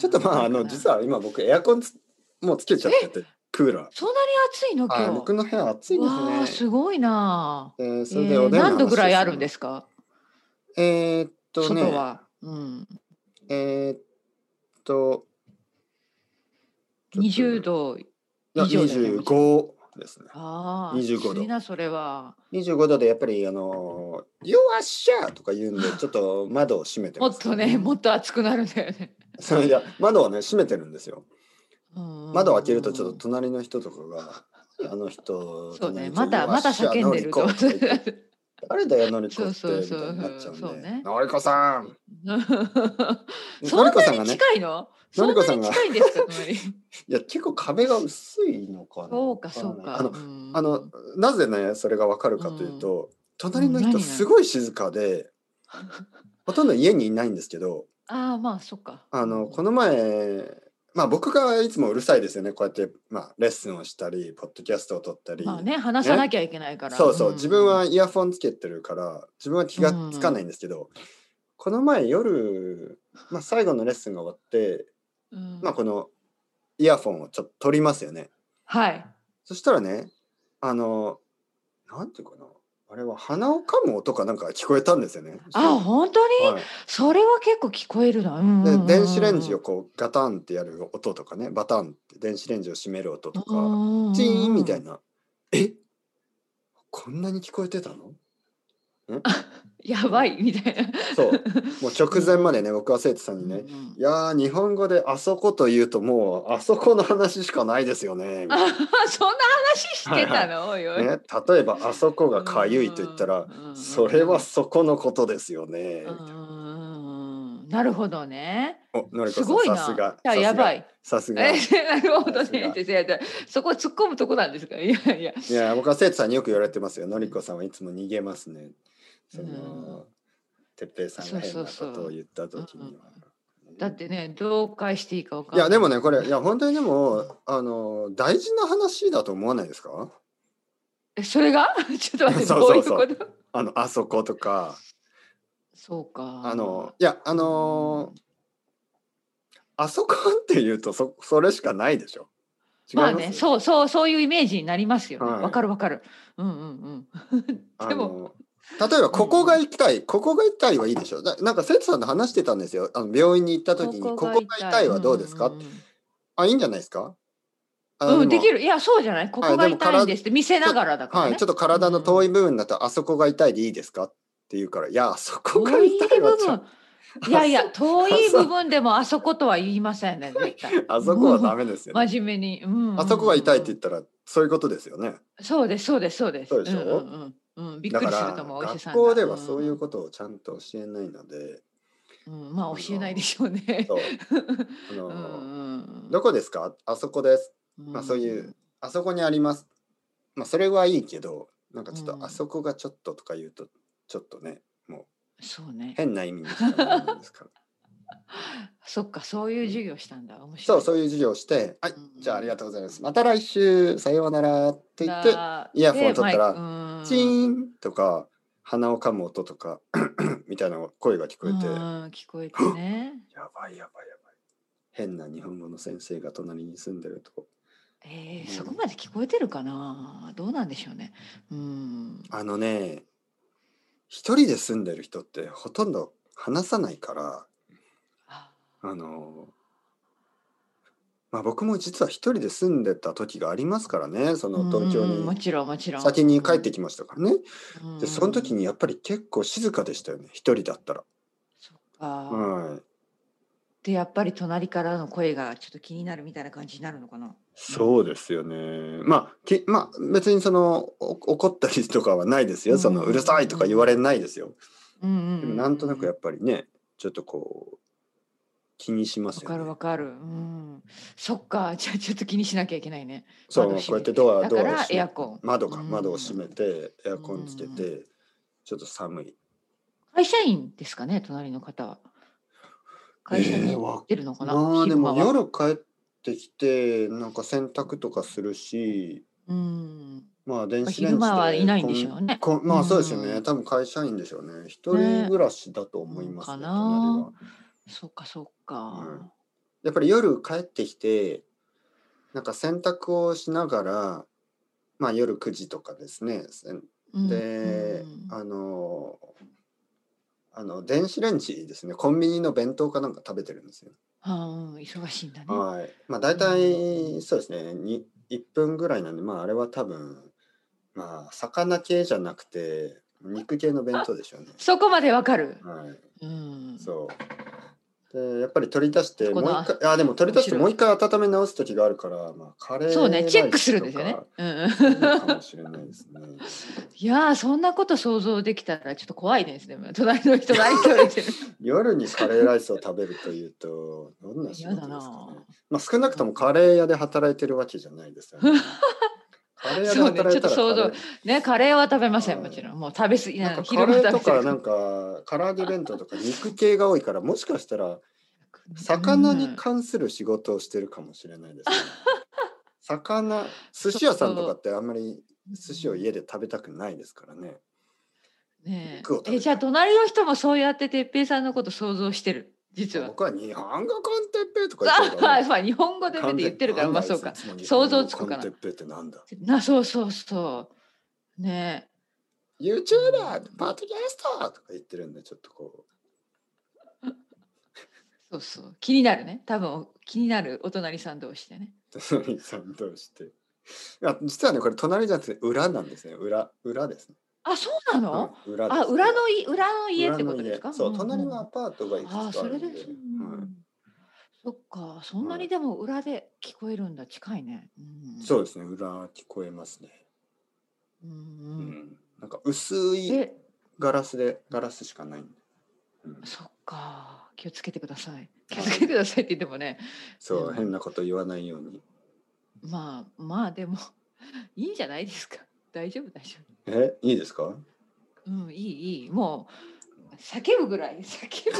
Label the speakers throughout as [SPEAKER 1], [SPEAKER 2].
[SPEAKER 1] ちょっとまあ、実は今僕エアコンもうつけちゃってて、クーラー。
[SPEAKER 2] そんなに暑いの
[SPEAKER 1] はい、
[SPEAKER 2] 今
[SPEAKER 1] 僕の部屋暑いんです
[SPEAKER 2] わあ、
[SPEAKER 1] ね。
[SPEAKER 2] すごいな。
[SPEAKER 1] それでおでんの
[SPEAKER 2] 何度ぐらいあるん
[SPEAKER 1] 話をするの。
[SPEAKER 2] ですか外
[SPEAKER 1] ね、
[SPEAKER 2] は。
[SPEAKER 1] えーっと、ちょっと、
[SPEAKER 2] 20度
[SPEAKER 1] いや、
[SPEAKER 2] 以上でありますよ。
[SPEAKER 1] 25ですね。
[SPEAKER 2] ああ、
[SPEAKER 1] 25度。
[SPEAKER 2] 暑いな、それは。
[SPEAKER 1] 25度でやっぱり、よっしゃとか言うんで、ちょっと窓を閉めて
[SPEAKER 2] も
[SPEAKER 1] ますけど
[SPEAKER 2] っとね、もっと暑くなるんだよね。
[SPEAKER 1] いや、窓をね、閉めてるんですよ。窓を開けるとちょっと
[SPEAKER 2] ん。
[SPEAKER 1] 隣の人とかが、あの人、
[SPEAKER 2] そうね、
[SPEAKER 1] 隣によっ
[SPEAKER 2] また
[SPEAKER 1] しゃ、
[SPEAKER 2] 叫ん
[SPEAKER 1] のり
[SPEAKER 2] でると。
[SPEAKER 1] ことか言って、誰だよ、のりこ
[SPEAKER 2] そう
[SPEAKER 1] って、
[SPEAKER 2] そうそ
[SPEAKER 1] みたいになっちゃ
[SPEAKER 2] う、
[SPEAKER 1] うんで、
[SPEAKER 2] そうね。
[SPEAKER 1] のりこさん、
[SPEAKER 2] そんな
[SPEAKER 1] のりこさんが
[SPEAKER 2] に
[SPEAKER 1] ね、
[SPEAKER 2] 近いの？
[SPEAKER 1] の
[SPEAKER 2] そんなに
[SPEAKER 1] りこさんが
[SPEAKER 2] 近いんですか、隣。
[SPEAKER 1] いや、結構壁が薄いのかな、
[SPEAKER 2] そうか、
[SPEAKER 1] わからない。
[SPEAKER 2] そうか。
[SPEAKER 1] なぜね、それがわかるかというと、隣の人す
[SPEAKER 2] 何？
[SPEAKER 1] ごい静かで、ほとんど家にいないんですけど、
[SPEAKER 2] ああ、まあ、そっか。
[SPEAKER 1] この前、まあ僕がいつもうるさいですよね。こうやって、まあレッスンをしたり、ポッドキャストを撮ったり、
[SPEAKER 2] まあね、話さ
[SPEAKER 1] ね。
[SPEAKER 2] なきゃいけないから。
[SPEAKER 1] そうそう、自分はイヤフォンつけてるから、自分は気がつかないんですけど、この前夜、まあ最後のレッスンが終わって、まあこのイヤフォンをちょっと取りますよね。
[SPEAKER 2] はい。
[SPEAKER 1] そしたらね、なんていうかな、あれは鼻を噛む音かなんか聞こえたんですよね。
[SPEAKER 2] あ、本当に？
[SPEAKER 1] はい。
[SPEAKER 2] それは結構聞こえるな。
[SPEAKER 1] で、電子レンジをこうガタンってやる音とかね、バタンって電子レンジを閉める音とか、チーンみたいな、え、こんなに聞こえてたの？ん？
[SPEAKER 2] やばいみたいな。
[SPEAKER 1] そう、もう直前までね、僕は生徒さんにね、いや日本語であそこと言うともうあそこの話しかないですよね、みたいな。
[SPEAKER 2] そんな話してたの？おいおい。
[SPEAKER 1] ね、例えばあそこがかゆいと言ったら、それはそこのことですよね、みたいな。
[SPEAKER 2] なるほどね。
[SPEAKER 1] お、のりこ
[SPEAKER 2] す
[SPEAKER 1] さん、
[SPEAKER 2] ごいな。
[SPEAKER 1] さすが、
[SPEAKER 2] じゃあ
[SPEAKER 1] さすが、
[SPEAKER 2] やばい。
[SPEAKER 1] さすが、
[SPEAKER 2] なるほどね。
[SPEAKER 1] さすが。
[SPEAKER 2] そこ突っ込むとこなんですか？いやいや。
[SPEAKER 1] いや、僕は生徒さんによく言われてますよ。のりこさんはいつも逃げますね。てっぺいさんが
[SPEAKER 2] そう
[SPEAKER 1] 変なこ
[SPEAKER 2] そうそう。
[SPEAKER 1] とを言った時には。
[SPEAKER 2] だってね、どう返していいかわ
[SPEAKER 1] いや、
[SPEAKER 2] かんない。
[SPEAKER 1] でもね、これ、いや、本当にでも、大事な話だと思わないですか？
[SPEAKER 2] それがちょっと待って、
[SPEAKER 1] そう
[SPEAKER 2] どう
[SPEAKER 1] そうそう。
[SPEAKER 2] いうこと？
[SPEAKER 1] あそことか、
[SPEAKER 2] そうか。
[SPEAKER 1] いや、あそこって言うとそれしかないでしょ。違
[SPEAKER 2] まあね、
[SPEAKER 1] います？
[SPEAKER 2] そういうイメージになりますよね。わ
[SPEAKER 1] はい。
[SPEAKER 2] かるわかる。でも、
[SPEAKER 1] 例えば、ここ
[SPEAKER 2] うんうん。
[SPEAKER 1] が行きたい、ここが痛いはいいでしょ。なんか生徒さんと話してたんですよ。病院に行った時に、
[SPEAKER 2] ここ
[SPEAKER 1] ここが
[SPEAKER 2] が痛い。
[SPEAKER 1] 痛いはどうですか？あ、いいんじゃないですか？で
[SPEAKER 2] でき
[SPEAKER 1] も、
[SPEAKER 2] る。いや、そうじゃない。こ
[SPEAKER 1] はい、
[SPEAKER 2] こが
[SPEAKER 1] でも
[SPEAKER 2] 痛いんですって見せ
[SPEAKER 1] ちょ
[SPEAKER 2] ながらだから
[SPEAKER 1] はい、ちょ
[SPEAKER 2] ね。
[SPEAKER 1] っと体の遠い部分だと、あそこが痛いでいいですかって言うから、いや、あそこが
[SPEAKER 2] 遠い
[SPEAKER 1] 痛いは
[SPEAKER 2] 部分。いやいや、
[SPEAKER 1] あそ、
[SPEAKER 2] 遠い
[SPEAKER 1] あそ、
[SPEAKER 2] 部分でもあそことは言いませんね、絶対。
[SPEAKER 1] あそこはダ
[SPEAKER 2] もう
[SPEAKER 1] メですよね。
[SPEAKER 2] 真面目に。
[SPEAKER 1] あそこが痛いって言ったら、そういうことですよね。
[SPEAKER 2] そうですそうですそうです。
[SPEAKER 1] そうでしょ？
[SPEAKER 2] びっく
[SPEAKER 1] だか
[SPEAKER 2] りすると思う、
[SPEAKER 1] ら、
[SPEAKER 2] お医者
[SPEAKER 1] 学
[SPEAKER 2] さんが。
[SPEAKER 1] 校ではそういうことをちゃんと教えないので、
[SPEAKER 2] まあ、
[SPEAKER 1] あ
[SPEAKER 2] 教えないで
[SPEAKER 1] の、
[SPEAKER 2] しょうね。
[SPEAKER 1] そう、
[SPEAKER 2] うんうん
[SPEAKER 1] どこですか？あそこです。
[SPEAKER 2] う
[SPEAKER 1] まあそういう、
[SPEAKER 2] ん
[SPEAKER 1] あそこにあります。まあそれはいいけど、なんかちょっとあ
[SPEAKER 2] うん。
[SPEAKER 1] そこがちょっととか言うと、ちょっとね、もう
[SPEAKER 2] そうね。
[SPEAKER 1] 変な意味にしかならないですから。
[SPEAKER 2] そっか、そういう
[SPEAKER 1] うん、
[SPEAKER 2] 授業したんだ。面
[SPEAKER 1] そう、
[SPEAKER 2] 白い。
[SPEAKER 1] そういう授業をして、はい、
[SPEAKER 2] うん
[SPEAKER 1] じゃあありがとうございます。また来週、さようならって言って、イヤフォン
[SPEAKER 2] で、マイク、
[SPEAKER 1] 取ったら、チーンとか、鼻を噛む音とかみたいな声が聞こえて、
[SPEAKER 2] 聞こえてね。
[SPEAKER 1] やばいやばいやばい。変な日本語の先生が隣に住んでると。
[SPEAKER 2] そこ
[SPEAKER 1] もう
[SPEAKER 2] まで聞こえてるかな。どうなんでしょうね。
[SPEAKER 1] あのね、一人で住んでる人ってほとんど話さないから、
[SPEAKER 2] あ
[SPEAKER 1] あの、まあ僕も実は一人で住んでた時がありますからね、その東京に
[SPEAKER 2] もちろんもちろん。
[SPEAKER 1] 先に帰ってきましたからね。
[SPEAKER 2] うん
[SPEAKER 1] で、その時にやっぱり結構静かでしたよね、一人だったら。
[SPEAKER 2] そっか。
[SPEAKER 1] はい。
[SPEAKER 2] で、やっぱり隣からの声がちょっと気になるみたいな感じになるのかな。
[SPEAKER 1] そうですよね。まあ別に怒ったりとかはないですよ。うるさいとか言われないですよ。でもなんとなくやっぱりね、ちょっとこう気にしま
[SPEAKER 2] わかる
[SPEAKER 1] すよね。
[SPEAKER 2] わかる。そっか。じゃあちょっと気にしなきゃいけないね。窓
[SPEAKER 1] そう、こうやって
[SPEAKER 2] 閉めて。だからエアコン。
[SPEAKER 1] 窓を閉めて、エアコンつけて、ちょっと寒い。
[SPEAKER 2] 会社員ですかね、隣の方は。会社に行ってるのかな、
[SPEAKER 1] まあでも
[SPEAKER 2] 昼間は。
[SPEAKER 1] 夜帰ってきて、なんか洗濯とかするし、まあ電子レン
[SPEAKER 2] 昼間はい
[SPEAKER 1] ジで
[SPEAKER 2] ないんでしょうね。
[SPEAKER 1] まあそうですよね。多分会社員でしょうね。一人
[SPEAKER 2] ね。
[SPEAKER 1] 暮らしだと思いま
[SPEAKER 2] か
[SPEAKER 1] すね、隣
[SPEAKER 2] な。
[SPEAKER 1] は。
[SPEAKER 2] そっかそっ
[SPEAKER 1] はい。
[SPEAKER 2] か。
[SPEAKER 1] やっぱり夜帰ってきて、なんか洗濯をしながら、まあ夜9時とかですね。で、電子レンジですね。コンビニの弁当かなんか食べてるんですよ。
[SPEAKER 2] 忙しいんだね。
[SPEAKER 1] はい。まあ大体そうですね。1分ぐらいなんで、まああれは多分、まあ魚系じゃなくて、肉系の弁当でしょうね。
[SPEAKER 2] そこまでわかる。
[SPEAKER 1] はい。
[SPEAKER 2] うん。
[SPEAKER 1] そう。で、やっぱり取り出して
[SPEAKER 2] そこの
[SPEAKER 1] もう一回、でも取り出してもう一回温め直す時があるから、まあカレ
[SPEAKER 2] そうね、チェックす
[SPEAKER 1] ーライスと
[SPEAKER 2] るんですよね。
[SPEAKER 1] か、そういうのかもしれないですね。
[SPEAKER 2] いやー、そんなこと想像できたらちょっと怖いですね。隣の人何食べてる。
[SPEAKER 1] 夜にカレーライスを食べるというと、どんな仕
[SPEAKER 2] 嫌だ
[SPEAKER 1] 事ですかね。
[SPEAKER 2] な。
[SPEAKER 1] まあ少なくともカレー屋で働いてるわけじゃないですよね。カレー屋で
[SPEAKER 2] そうね、ちょっと
[SPEAKER 1] 働いたら
[SPEAKER 2] 想像。ね、カレーは食べません、もちろん。もう食べ過ぎ
[SPEAKER 1] なんかカ
[SPEAKER 2] 昼間
[SPEAKER 1] レーと
[SPEAKER 2] 食べてる
[SPEAKER 1] かなんか唐揚げ弁当とか肉系が多いから、もしかしたら魚に
[SPEAKER 2] うん
[SPEAKER 1] 関する仕事をしてるかもしれないですね。寿司屋さんとかってあんまり寿司を家で食べたくないですからね。
[SPEAKER 2] ね
[SPEAKER 1] 肉を食べ
[SPEAKER 2] じゃあ隣の人もそうやって哲平さんのこと想像してる。実は。
[SPEAKER 1] 僕は日本語コンテッペイとか言ってるからね。
[SPEAKER 2] まあ日本語でって言ってるから、まあそうか。想像つくかな。
[SPEAKER 1] コンテッペイってなんだ。
[SPEAKER 2] そうそうそう。ね
[SPEAKER 1] YouTuber、パートキャストとか言ってるんで、ちょっとこ
[SPEAKER 2] そうそう。気になるね。多分気になるお隣さん同士でね。
[SPEAKER 1] う、隣さん同士で。実はね、これ隣じゃなくて裏なんですね。裏ですね。
[SPEAKER 2] あ、そうなの？
[SPEAKER 1] 裏です。
[SPEAKER 2] 裏の家ってことですか？
[SPEAKER 1] そう、隣はアパートがいくつかあ
[SPEAKER 2] それで、
[SPEAKER 1] るんで。はい。
[SPEAKER 2] そっか、そんなにでも裏で聞こえるんだ、近いね。
[SPEAKER 1] そうですね、裏聞こえますね。なんか薄いガラスしかないんで。
[SPEAKER 2] そっか、気をつけてください。気をつけてくださいって言ってもね。
[SPEAKER 1] そう、変なこと言わないように。
[SPEAKER 2] まあでもいいんじゃないですか。大丈夫。
[SPEAKER 1] いいですか？
[SPEAKER 2] いい。もう叫ぶぐらい。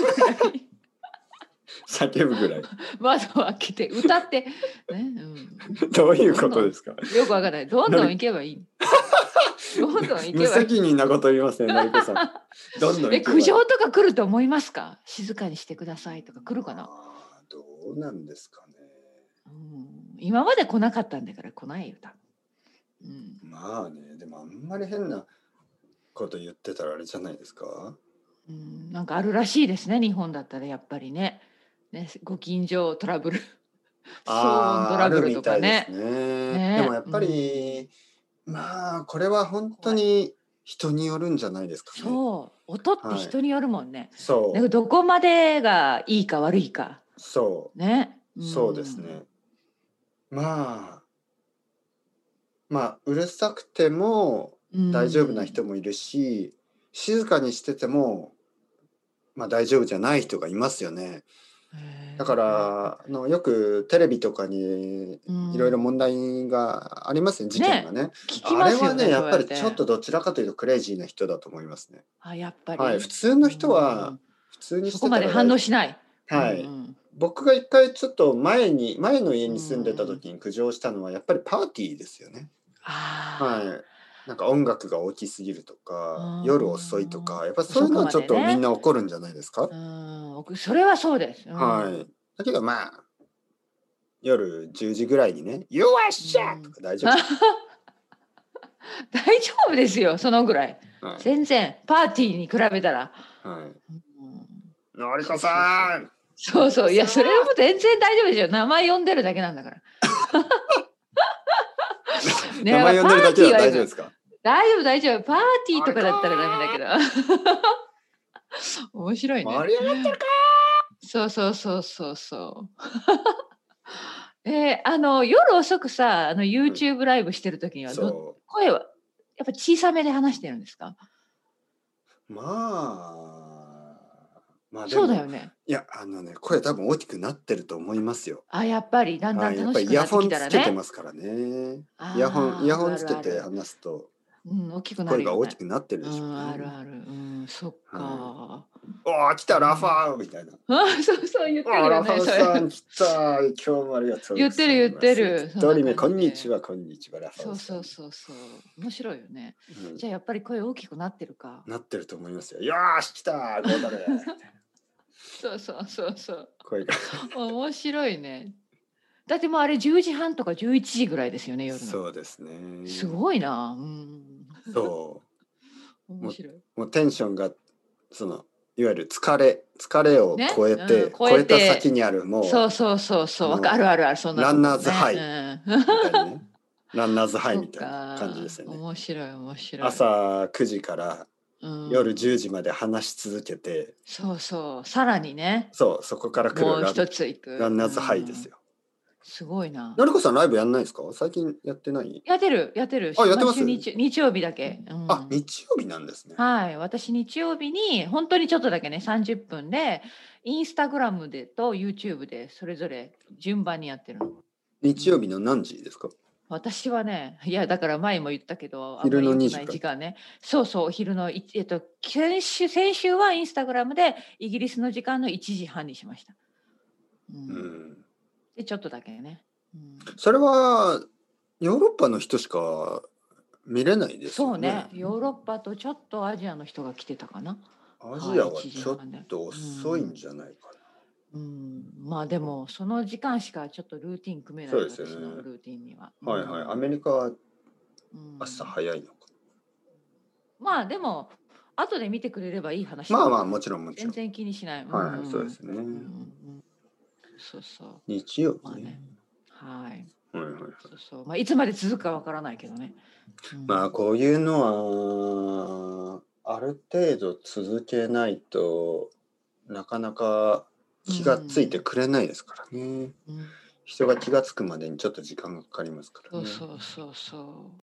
[SPEAKER 1] 叫ぶぐらい。
[SPEAKER 2] 窓を開けて歌ってね。
[SPEAKER 1] どういうことですか？
[SPEAKER 2] よくわかんない。どんどん行けばいい。
[SPEAKER 1] 無責任なこと言いますね、のりこさん。どんどん行けばいい。
[SPEAKER 2] 苦情とか来ると思いますか？静かにしてくださいとか来るかな？
[SPEAKER 1] どうなんですかね。
[SPEAKER 2] 今まで来なかったんだから来ないよ。
[SPEAKER 1] まあね、でもあんまり変なこと言ってたらあれじゃないですか。
[SPEAKER 2] なんかあるらしいですね、日本だったらやっぱりね。ご近所トラブル、騒音トラブルとかね。
[SPEAKER 1] でもやっぱり、まあこれは本当に人によるんじゃないですかね。
[SPEAKER 2] そう、音って人によるもんね。
[SPEAKER 1] そう。
[SPEAKER 2] どこまでがいいか悪いか。
[SPEAKER 1] そう。
[SPEAKER 2] ね。
[SPEAKER 1] そうですね。まあうるさくても大丈夫な人もいるし、静かにしててもまあ大丈夫じゃない人がいますよね。だからよくテレビとかにいろいろ問題がありますね、事件がね。あれはね、やっぱりちょっとどちらかというとクレイジーな人だと思いますね。
[SPEAKER 2] やっぱり。
[SPEAKER 1] はい、普通の人は普通にしてたら
[SPEAKER 2] そこまで反応しない。
[SPEAKER 1] はい。僕が一回ちょっと前の家に住んでた時に苦情したのはやっぱりパーティーですよね。はい。なんか音楽が大きすぎるとか、夜遅いとか、やっぱそういうのはちょっとみんな怒るんじゃないですか？
[SPEAKER 2] それはそうです。
[SPEAKER 1] はい。だけどまあ、夜10時ぐらいにね、よっしゃとか大丈夫。
[SPEAKER 2] 大丈夫ですよ、そのぐらい。全然、パーティーに比べたら。
[SPEAKER 1] のりこさん。
[SPEAKER 2] そう、いや、それも全然大丈夫ですよ。名前呼んでるだけなんだから。
[SPEAKER 1] 名前呼んでるだけは大丈夫ですか？
[SPEAKER 2] 大丈夫。パーティーとかだったらダメだけど。面白いね。
[SPEAKER 1] 盛り上がってるか
[SPEAKER 2] そう。夜遅くさ、YouTube ライブしてる時には声はやっぱ小さめで話してるんですか？
[SPEAKER 1] まあ
[SPEAKER 2] そうだよね。
[SPEAKER 1] いや声多分大きくなってると思いますよ。
[SPEAKER 2] やっぱりだんだん楽しくなってきたらね。
[SPEAKER 1] イヤホンつけてますからね。イヤホンつけて話すと
[SPEAKER 2] 大きくなるよね。
[SPEAKER 1] 声が大きくなってるでしょうね。
[SPEAKER 2] ある。そっか。
[SPEAKER 1] 来たラファーみたいな。
[SPEAKER 2] そう言ってるよね。
[SPEAKER 1] ラファーさん来た。今日もありがとう。
[SPEAKER 2] 言ってる。
[SPEAKER 1] 一人目こんにちはラファーさん。
[SPEAKER 2] そう。面白いよね。じゃあやっぱり声大きくなってるか。
[SPEAKER 1] なってると思いますよ。よーし来たゴーダル。
[SPEAKER 2] そうそうそうそう。
[SPEAKER 1] 声が。
[SPEAKER 2] 面白いね。だってもうあれ10時半とか11時ぐらいですよね、夜の。
[SPEAKER 1] そうです
[SPEAKER 2] す
[SPEAKER 1] ね。
[SPEAKER 2] ごいな。うん。
[SPEAKER 1] そう。もう、
[SPEAKER 2] 面白い。
[SPEAKER 1] もうテンションが、いわゆる疲れを
[SPEAKER 2] ね、うん、
[SPEAKER 1] 超えて、
[SPEAKER 2] 超
[SPEAKER 1] 超えた
[SPEAKER 2] えて、
[SPEAKER 1] 先にある、も
[SPEAKER 2] そうそうそう
[SPEAKER 1] う、
[SPEAKER 2] そう、あるあるある、そんな
[SPEAKER 1] ランナー
[SPEAKER 2] ところね。
[SPEAKER 1] ズハイ
[SPEAKER 2] うん。
[SPEAKER 1] みたいなね。ランナーズハイ
[SPEAKER 2] そっ
[SPEAKER 1] みたいな感じで
[SPEAKER 2] か。
[SPEAKER 1] すよね。
[SPEAKER 2] 面白い面白い。
[SPEAKER 1] 朝9時から
[SPEAKER 2] う
[SPEAKER 1] 夜10
[SPEAKER 2] ん。
[SPEAKER 1] 時まで話し続けて、
[SPEAKER 2] そうそう、さらにね、
[SPEAKER 1] そう、そこから来る
[SPEAKER 2] もう一つ行く。う
[SPEAKER 1] ランナーズハイです
[SPEAKER 2] ん。
[SPEAKER 1] よ。
[SPEAKER 2] すごいな。
[SPEAKER 1] のりこさんライブやんないですか？最近やってない？
[SPEAKER 2] やってる、やってる。
[SPEAKER 1] あ、やって
[SPEAKER 2] 毎
[SPEAKER 1] ます？
[SPEAKER 2] 週日曜日だけ。う
[SPEAKER 1] あ、
[SPEAKER 2] ん。
[SPEAKER 1] 日曜日なんですね。
[SPEAKER 2] はい。私日曜日に、本当にちょっとだけね、30分で、インスタグラムでと YouTube でそれぞれ順番にやってるの。うん。
[SPEAKER 1] 日曜日の何時ですか？
[SPEAKER 2] 私はね、いや、だから前も言ったけど、あんま
[SPEAKER 1] 昼の2
[SPEAKER 2] り良くない
[SPEAKER 1] 時から。
[SPEAKER 2] 時間ね。そうそう、お昼の先週はインスタグラムでイギリスの時間の1時半にしました。う
[SPEAKER 1] う
[SPEAKER 2] ん。
[SPEAKER 1] ん。
[SPEAKER 2] で、ちょっとだけね。うん。
[SPEAKER 1] それはヨーロッパの人しか見れないですよね。
[SPEAKER 2] そうね、ヨーロッパとちょっとアジアの人が来てたかな。はい、
[SPEAKER 1] アジアは
[SPEAKER 2] 1
[SPEAKER 1] ちょっ
[SPEAKER 2] 時半で。
[SPEAKER 1] と
[SPEAKER 2] う
[SPEAKER 1] 遅いん
[SPEAKER 2] ん。
[SPEAKER 1] じゃないかな。
[SPEAKER 2] うん、まあでもその時間しかちょっとルーティン組めない、
[SPEAKER 1] そうですよ
[SPEAKER 2] 私の
[SPEAKER 1] ね。
[SPEAKER 2] ルーティンには。う
[SPEAKER 1] はいはい。ア
[SPEAKER 2] ん。
[SPEAKER 1] メリカは
[SPEAKER 2] う
[SPEAKER 1] 朝
[SPEAKER 2] ん。
[SPEAKER 1] 早いのか。
[SPEAKER 2] まあでも後で見てくれればいい話だ
[SPEAKER 1] まあまあ、
[SPEAKER 2] から、
[SPEAKER 1] もちろんもちろん。
[SPEAKER 2] 全然気にしない。うん
[SPEAKER 1] はいはい、そう
[SPEAKER 2] うん
[SPEAKER 1] ですね。
[SPEAKER 2] うんうんうん。そうそう。
[SPEAKER 1] 日曜日ね。
[SPEAKER 2] まあね。はい。
[SPEAKER 1] はいはいはい。
[SPEAKER 2] そうそう。まあいつまで続くかわからないけどね。う
[SPEAKER 1] まあ、
[SPEAKER 2] ん。
[SPEAKER 1] こういうのは、ある程度続けないとなかなか
[SPEAKER 2] う
[SPEAKER 1] 気がついて
[SPEAKER 2] ん。
[SPEAKER 1] くれないですからね。
[SPEAKER 2] うん。
[SPEAKER 1] 人が気がつくまでにちょっと時間がかかりますから
[SPEAKER 2] そう
[SPEAKER 1] ね。
[SPEAKER 2] そうそうそう。